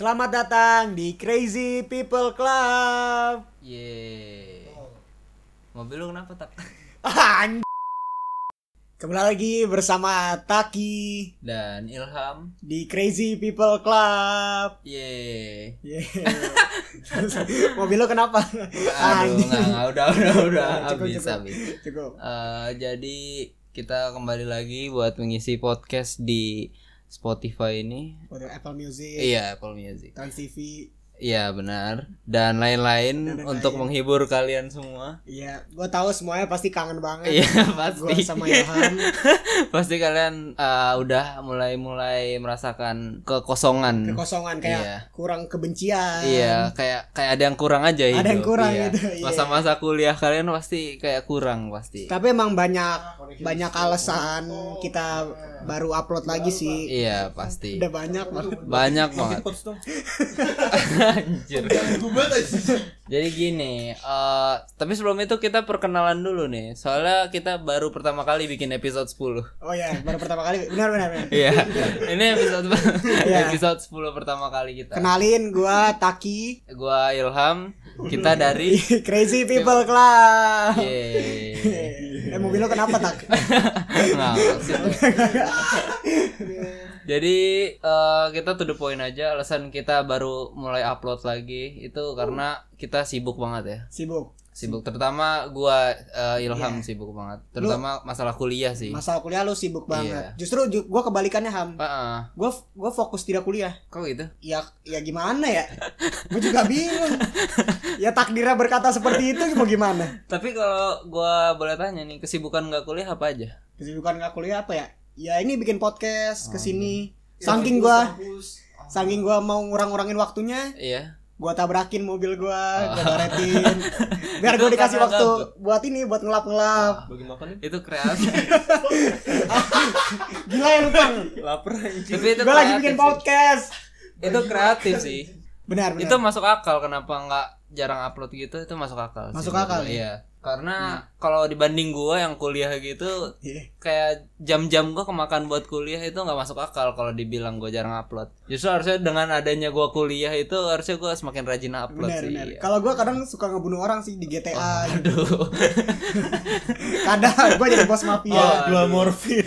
Selamat datang di Crazy People Club. Yeay. Mobil lu kenapa tak? Kembali lagi bersama Taki Dan Ilham di Crazy People Club. Yeay. Mobil lu kenapa? Aduh, enggak, udah Cukup. habis. Cukup. Jadi kita kembali lagi buat mengisi podcast di Spotify ini. Apple Music. Iya, Apple Music. Trans TV. Iya, benar. Dan lain-lain untuk menghibur kalian semua. Iya, gue tahu semuanya pasti kangen banget. Iya, pasti. Gue sama Ilham. Pasti kalian udah mulai merasakan kekosongan kayak Iya. kurang kebencian. Iya, kayak ada yang kurang aja hidup. Ada yang kurang iya. gitu, iya. Masa-masa kuliah kalian pasti kayak kurang pasti. Tapi emang banyak alasan kita baru upload lagi sih. Iya, pasti. Udah banyak banget. Banyak banget. Anjir. Jadi gini, tapi sebelum itu kita perkenalan dulu nih. Soalnya kita baru pertama kali bikin episode 10. Oh ya, baru pertama kali. Benar. Iya. Ini Iya. episode 10 pertama kali kita. Kenalin, gua Taki. Gua Ilham. Kita dari Crazy People Club. Yeay. Mobil lo kenapa, Tak? Nggak, maksud. Jadi kita to the point aja. Alasan kita baru mulai upload lagi itu karena kita sibuk banget ya. Sibuk terutama gua Ilham sibuk banget. Terutama masalah kuliah sih. Masalah kuliah lu sibuk banget. Iya. Justru gua kebalikannya, Ham. Heeh. Gua fokus tidak kuliah. Kok gitu? Ya gimana ya? Gua juga bingung. Ya takdirnya berkata seperti itu, mau gimana? Tapi kalau gua boleh tanya nih, kesibukan nggak kuliah apa aja? Kesibukan nggak kuliah apa ya? Ya ini bikin podcast kesini. Saking gua mau ngurang-ngurangin waktunya, Iya. gua tabrakin mobil gua baretin. Biar gua dikasih karena waktu gabut. buat ini, buat ngelap-ngelap. Bagi makan Itu kreatif. Gila ya lu, Bang. lapar anjing. Tapi itu Gua lagi kreatif bikin sih. podcast. Itu kreatif sih. Benar. Itu masuk akal kenapa nggak jarang upload gitu, itu masuk akal sih Masuk menurut akal, gua. ya? Iya, karena kalau dibanding gua yang kuliah gitu Iya. kayak jam-jam gua kemakan buat kuliah itu nggak masuk akal kalau dibilang gua jarang upload. Justru harusnya dengan adanya gua kuliah itu harusnya gua semakin rajin upload Benar. sih. Iya. Kalau gua kadang suka ngebunuh orang sih di GTA gitu. Aduh. Kadang gua jadi bos mafia. Oh, Jual morfin.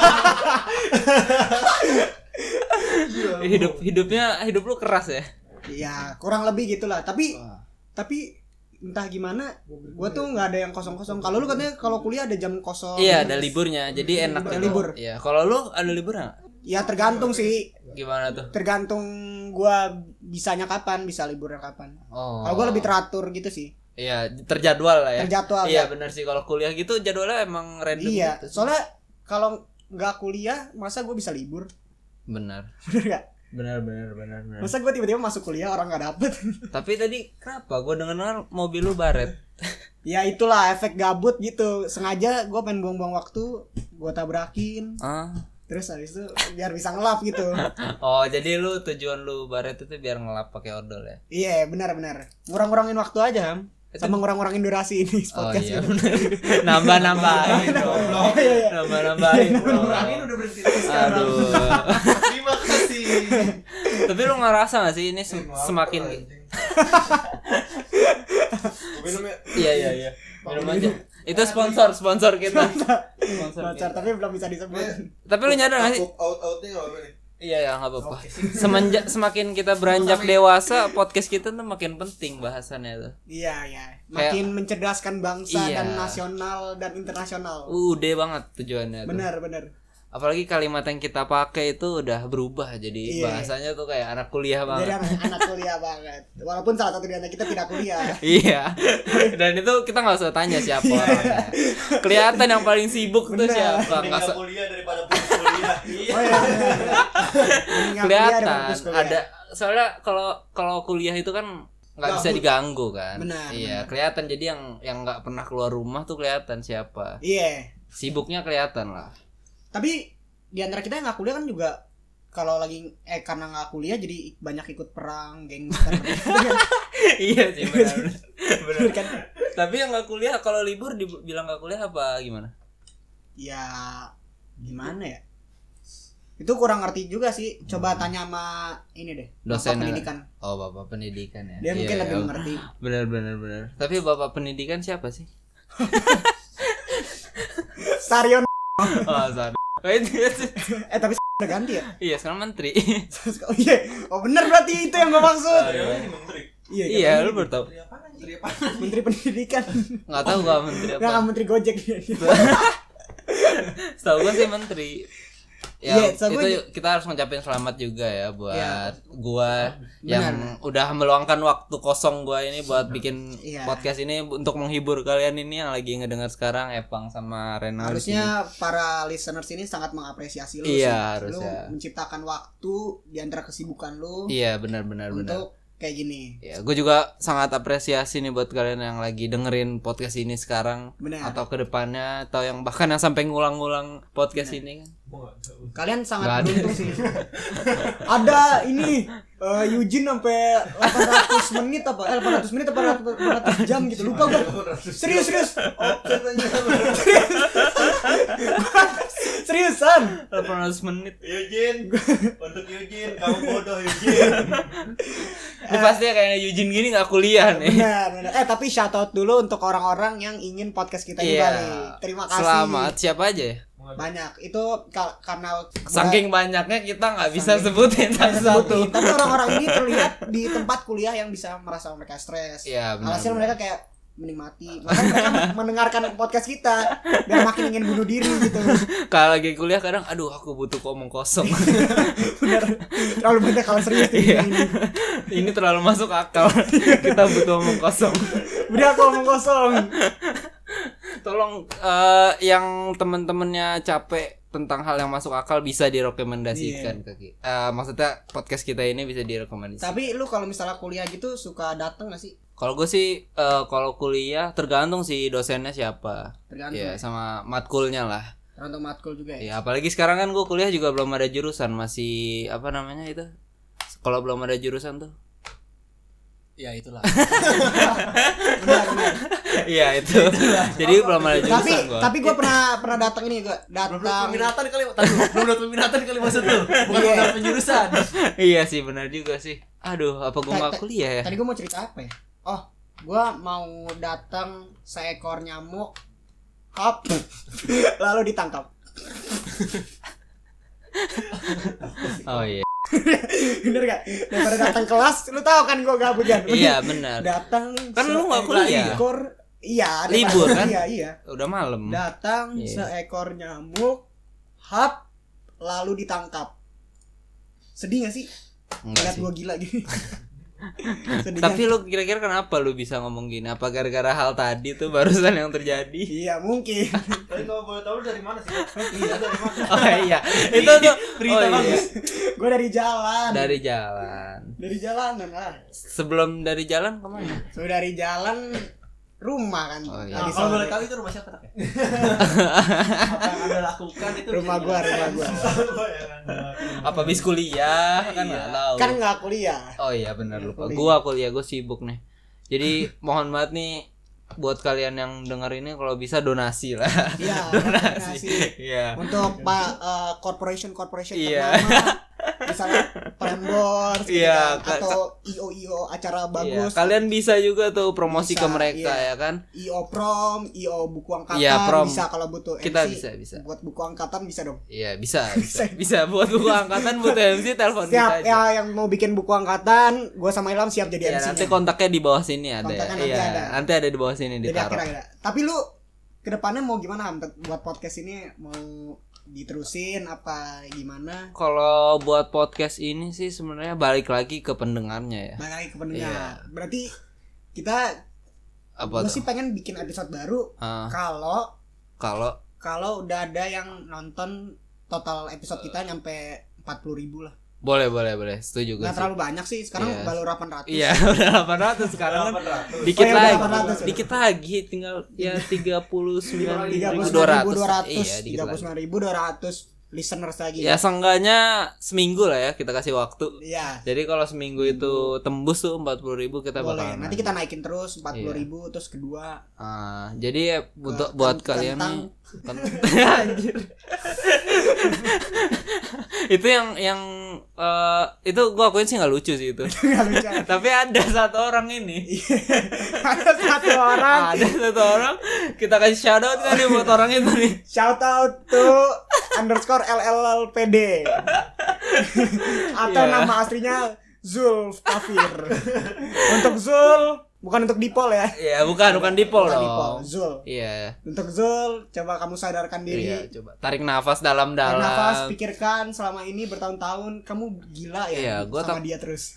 hidup lu keras ya. Iya, kurang lebih gitulah. Tapi entah gimana, gua tuh nggak ada yang kosong-kosong. Kalau lu katanya kalau kuliah ada jam kosong. Iya, ada liburnya. Jadi enak Ada gitu. libur. Iya, kalau lu ada libur nggak? Ya tergantung sih. Gimana tuh? Tergantung gua bisanya kapan, bisa liburnya kapan. Oh. Kalau gua lebih teratur gitu sih. Iya, terjadwal lah ya. Terjadwal, Iya, ya. benar sih kalau kuliah gitu jadwalnya emang random Iya, gitu sih. soalnya kalau nggak kuliah, masa gua bisa libur? Benar. Bener nggak? Benar. Masa gua tiba-tiba masuk kuliah orang nggak dapet? Tapi tadi kenapa gua dengar mobil lu baret? Ya itulah efek gabut gitu. Sengaja gua pengen buang-buang waktu, gua tabrakin. Ah. Terus habis itu biar bisa ngelap gitu. Oh, jadi lu tujuan lu baret itu biar ngelap pakai odol ya? Iya, benar. Ngurang-ngurangin waktu aja, Ham. Sama ngurang-ngurangin durasi ini Oh podcast iya ini. benar. Nambah-nambahin dong. Nambah-nambahin. Kurangin udah berhenti sekarang. Aduh. Terima kasih. Tapi lu ngerasa gak sih ini semakin Minumnya. Iya. Minum aja. Itu sponsor kita. Sponsor Pacar, kita. tapi belum bisa disebut. Tapi lu nyadar gak sih? Outnya nggak apa nih? Iya, nggak apa-apa. Semakin kita beranjak dewasa, podcast kita tuh makin penting bahasannya tuh. Iya. Makin mencerdaskan bangsa Iya. dan nasional dan internasional. Udah banget tujuannya tuh. Benar. Apalagi kalimat yang kita pakai itu udah berubah jadi Iya. bahasanya tuh kayak anak kuliah banget. Jadi anak kuliah banget. Walaupun salah satu di antara kita tidak kuliah. Iya. Dan itu kita nggak usah tanya siapa orangnya. Kelihatan yang paling sibuk tuh Bener. siapa. Nggak Nggak usah. kuliah daripada putus kuliah. Oh iya. Mendingan kuliah Kelihatan daripada putus kuliah. ada. Soalnya kalau kuliah itu kan nggak bisa diganggu kan. Benar, Iya, kelihatan. Jadi yang nggak pernah keluar rumah tuh kelihatan siapa. Iya. Sibuknya kelihatan lah. Tapi di antara kita yang nggak kuliah kan juga kalau lagi karena nggak kuliah jadi banyak ikut perang, gangster. Iya sih benar. Bener kan? Tapi yang nggak kuliah kalau libur dibilang nggak kuliah apa gimana? Ya gimana ya? Itu kurang ngerti juga sih. Coba tanya sama ini deh. Dosen Bapak pendidikan. Oh, Bapak pendidikan ya. Dia mungkin lebih mengerti. Benar. Tapi Bapak pendidikan siapa sih? Sarion. Oh, sorry. Tapi udah ganti ya? Iya, sekarang menteri. Oh iya. Oh benar berarti itu yang gue maksud. Ini menteri. Iya, lu baru tahu. Menteri pendidikan. Enggak tahu gua menteri apa. Enggak menteri Gojek dia. Setahu gua sih menteri. Ya, Iya, so itu kita harus ngucapin selamat juga ya buat gua Benar. yang udah meluangkan waktu kosong gua ini buat bikin podcast ini untuk menghibur kalian ini yang lagi ngedengar sekarang, Epang sama Renal. Harusnya para listeners ini sangat mengapresiasi lu Iya, sih. harusnya. Lu menciptakan waktu di antara kesibukan lu Iya, benar. untuk kayak gini. Ya, gue juga sangat apresiasi nih buat kalian yang lagi dengerin podcast ini sekarang. Benar. Atau kedepannya, atau yang bahkan yang sampai ngulang-ngulang podcast ini kan. Kalian sangat beruntung sih. Ada ini Eugene sampai 800 menit apa? 800 menit apa 800 jam gitu. Lupa gua. Serius. Seriusan. 800 menit. Eugene, untuk Eugene, kamu bodoh Eugene. Ini pasti kayak Eugene gini gak kuliah nih. Benar. Tapi shout out dulu untuk orang-orang yang ingin podcast kita juga nih. Terima kasih. Selamat. Siapa aja ya? Banyak. Itu karena saking banyaknya kita nggak bisa sebutin satu-satu. Tapi orang-orang ini terlihat di tempat kuliah yang bisa merasa mereka stres. Iya, benar. Alhasil mereka kayak menikmati. Makanya mereka mendengarkan podcast kita biar makin ingin bunuh diri gitu. Kalau lagi kuliah kadang aduh aku butuh omong kosong. Bener. Terlalu banyak kalau serius Iya. Ini terlalu masuk akal. Kita butuh omong kosong. Udah aku omong kosong. Tolong yang teman-temannya capek tentang hal yang masuk akal bisa direkomendasikan ke kita. Maksudnya podcast kita ini bisa direkomendasikan. Tapi lu kalau misalnya kuliah gitu suka dateng gak sih? Kalau gue sih kalau kuliah tergantung sih dosennya siapa. Tergantung. Ya, sama matkulnya lah. Tergantung matkul juga ya. Ya apalagi sekarang kan gue kuliah juga belum ada jurusan, masih apa namanya itu? Kalau belum ada jurusan tuh. Ya itulah. Benar. Iya itu. Jadi belum ada jurusan gua. Tapi gue pernah datang ini gue datang. Peminatan kali, belum dapat peminatan kali maksud lu. Bukan dapat penjurusan. Iya sih benar juga sih. Aduh, apa gua enggak kuliah ya? Tadi gue mau cerita apa ya? Oh, gue mau datang seekor nyamuk hap lalu ditangkap. Oh iya. Bener gak? Daripada datang kelas, lu tahu kan gue gabut kan? Iya benar. Datang Kan lu nggak kuliah. Seekor, iya. Libur kan? Iya. Udah malam. Datang seekor nyamuk hap lalu ditangkap. Sedih gak sih? Enggak Lihat sih. gue gila gini. Sedih Tapi kan? lu kira-kira kenapa lu bisa ngomong gini? Apa gara-gara hal tadi tuh barusan yang terjadi? Iya mungkin. Tapi kalau boleh tahu lu dari mana sih? Iya dari mana? Oh iya. Itu tuh Berita bagus. Gue dari jalan. Dari jalan. Dari jalanan lah. Sebelum dari jalan kemana? So dari jalan rumah kan. Oh, iya. Nah, Lagi kalau sore. boleh tahu itu rumah siapa tak ya? Apa yang Anda lakukan itu Rumah gua. Apa habis kuliah? Kan enggak tahu. Kan nggak kuliah. Oh iya benar lupa. Kuliah. Gua kuliah, gue sibuk nih. Jadi mohon banget nih buat kalian yang denger ini kalau bisa donasi lah. Iya. Donasi. Iya. Untuk corporation Iya. ternama, misalnya Prambors, gitu Iya, kan, atau IO acara Iya, bagus. kalian bisa juga tuh promosi Bisa, ke mereka iya. ya kan? IO prom, IO buku angkatan, Iya, prom. bisa kalau butuh MC. Kita bisa. Buat buku angkatan bisa dong. Iya, bisa buat buku angkatan buat MC telepon kita Siap aja. ya yang mau bikin buku angkatan, gua sama Ilham siap jadi Ya, MC-nya. nanti kontaknya di bawah sini ada. Kontaknya nanti Iya, ada. nanti ada di bawah sini Jadi ditaruh. akhir-akhir. Tapi lu kedepannya mau gimana Ham? Buat podcast ini mau diterusin apa gimana? Kalau buat podcast ini sih sebenarnya balik lagi ke pendengarnya ya. Balik lagi ke pendengar. Iya. Berarti kita Apa gue tuh? sih pengen bikin episode baru Ah. kalau udah ada yang nonton total episode kita nyampe 40.000 lah. Boleh. Setuju gue Nggak sih. terlalu banyak sih. Sekarang Iya. baru 800. Iya, udah 800 sekarang kan. 800. Dikit Oh, iya, lagi. udah 800 ya? Dikit lagi tinggal ya 39.200. 39.200. Iya, dikit lagi. 39.200 listeners lagi. Ya seenggaknya seminggu lah ya kita kasih waktu. Iya. Jadi kalau seminggu itu tembus tuh 40.000 kita Boleh. bakalan. Nanti kita naikin terus 40.000 terus kedua. Jadi ya buat kalian nih kentang. Anjir. Itu yang itu gua akuin sih nggak lucu sih itu. Nggak lucu. Tapi ada satu orang ini. Ada satu orang. Ada satu orang. Kita kasih shout out kan nih buat orang itu nih. Shout out to _LLLPD atau Yeah. nama aslinya Zulkafir. Untuk Zul, bukan untuk Dipol ya. Iya, bukan Dipol Bukan dong. Dipol, Zul. Iya. Untuk Zul, coba kamu sadarkan diri. Iya, coba tarik nafas Tarik dalam-dalam. nafas, pikirkan selama ini bertahun-tahun kamu gila ya Iya, gua sama dia terus.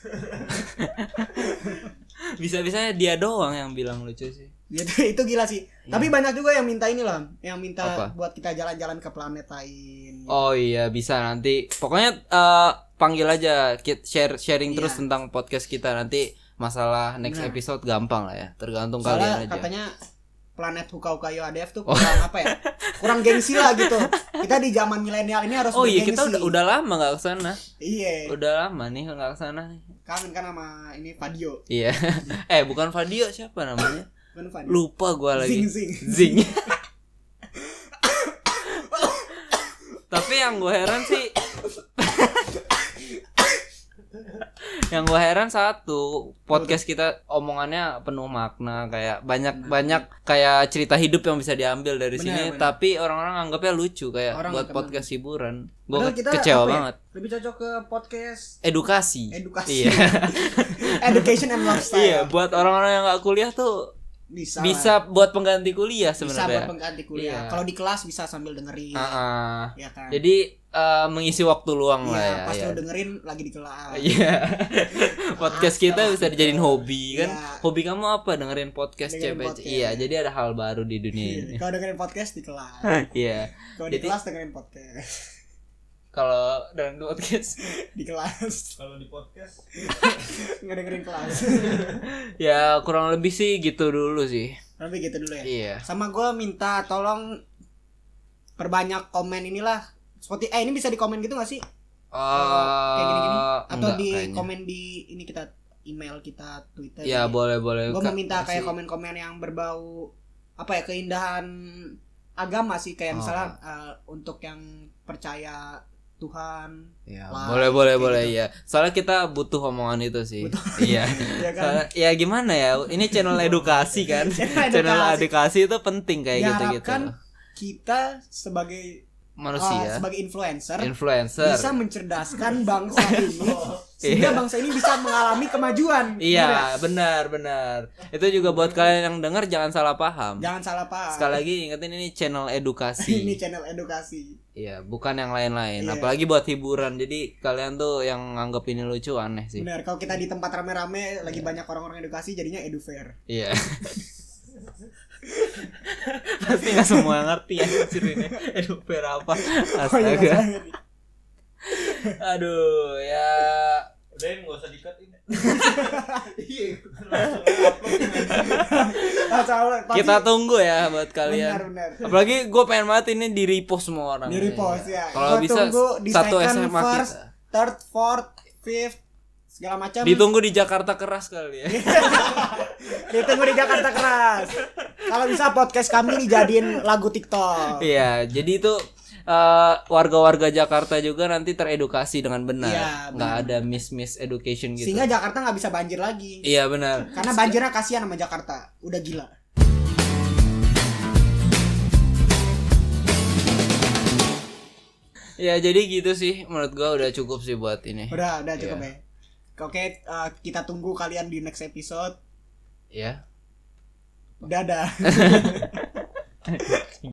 Bisa-bisanya dia doang yang bilang lucu sih. Itu gila sih. Tapi banyak juga yang minta ini lah, yang minta Apa? buat kita jalan-jalan ke planet lain. Oh iya, bisa nanti. Pokoknya panggil aja, sharing Iya. terus tentang podcast kita nanti. Masalah next Benar. episode gampang lah ya, tergantung Soalnya kalian aja. katanya planet Hukaukayo ADF tuh kurang apa ya? Kurang gengsi lah gitu. Kita di zaman milenial ini harus Oh iya, bergengsi. kita udah lama nggak kesana. Iya. Udah lama nih nggak kesana nih. Kangen kan sama ini Fadio. Iya. Bukan Fadio, siapa namanya? Kan Fadio. Lupa gua lagi. Zing. Zing. Tapi yang gue heran sih yang gue heran satu, podcast kita omongannya penuh makna, kayak banyak kayak cerita hidup yang bisa diambil dari sini, Benar. tapi orang-orang anggapnya lucu kayak Orang buat anggapnya podcast hiburan. Gue Padahal kita kecewa apa ya? banget. Lebih cocok ke podcast Edukasi. edukasi. Iya. Education and lifestyle. Iya, buat orang-orang yang nggak kuliah tuh bisa buat pengganti kuliah bisa sebenarnya. buat pengganti kuliah. Iya. Kalau di kelas bisa sambil dengerin. Ya kan. Jadi mengisi waktu luang Iya, lah ya. pas ya. lo dengerin lagi di kelas. Iya. Podcast kita bisa dijadiin hobi kan. Iya. Hobi kamu apa? Dengerin podcast Dengerin CPC. podcast. Iya, jadi ada hal baru di dunia ini. Kalau dengerin podcast di kelas. Iya. Kalau di Jadi kelas dengerin podcast. kalau dengerin podcast Di kelas Kalau di podcast nggak dengerin kelas. ya kurang lebih sih gitu dulu sih. Tapi gitu dulu ya. Iya. Sama gue minta tolong perbanyak komen inilah. Seperti ini bisa di komen gitu gak sih? Kayak gini-gini atau enggak, di kayaknya. komen di ini kita email kita Twitter. Ya boleh. Gue mau minta Kasih. kayak komen-komen yang berbau apa ya, keindahan agama sih, kayak misalnya untuk yang percaya Tuhan. Ya, Lah, boleh gitu. ya. Soalnya kita butuh omongan itu sih. Iya. Ya kan? Soalnya, ya gimana ya? Ini channel edukasi kan. Channel edukasi itu penting kayak gitu-gitu. Diharapkan kita sebagai Manusia, sebagai influencer influencer. bisa mencerdaskan bangsa ini sehingga bangsa ini bisa mengalami kemajuan. Iya, benar. Itu juga buat kalian yang dengar jangan salah paham. Jangan salah paham. Sekali lagi ingetin ini channel edukasi. Ini channel edukasi. Iya, bukan yang lain-lain. Iya. Apalagi buat hiburan. Jadi kalian tuh yang nganggap ini lucu aneh sih. Benar, kalau kita di tempat rame-rame lagi banyak orang-orang edukasi jadinya edufair. Iya. Pasti nggak semua ngerti ya ini. Eduper apa? Astaga. Aduh, ya. udah nggak usah di-cut ini. Iya. Kita tunggu ya buat kalian. Benar. Apalagi gue pengen banget ini di repost semua orang. Di repost ya. Kalau Gua bisa tunggu di satu second, SMA first, kita. third, fourth, fifth, segala macam. Ditunggu di Jakarta keras kali ya. Ditunggu di Jakarta keras. Kalau bisa podcast kami dijadiin lagu TikTok. Iya, jadi itu warga-warga Jakarta juga nanti teredukasi dengan benar. Iya, Nggak benar. ada miss education gitu. Sehingga Jakarta nggak bisa banjir lagi. Iya benar. Karena banjirnya kasihan sama Jakarta. Udah gila. Ya jadi gitu sih, menurut gua udah cukup sih buat ini. Udah cukup Iya. ya. Oke, kita tunggu kalian di next episode. Ya. Dadah.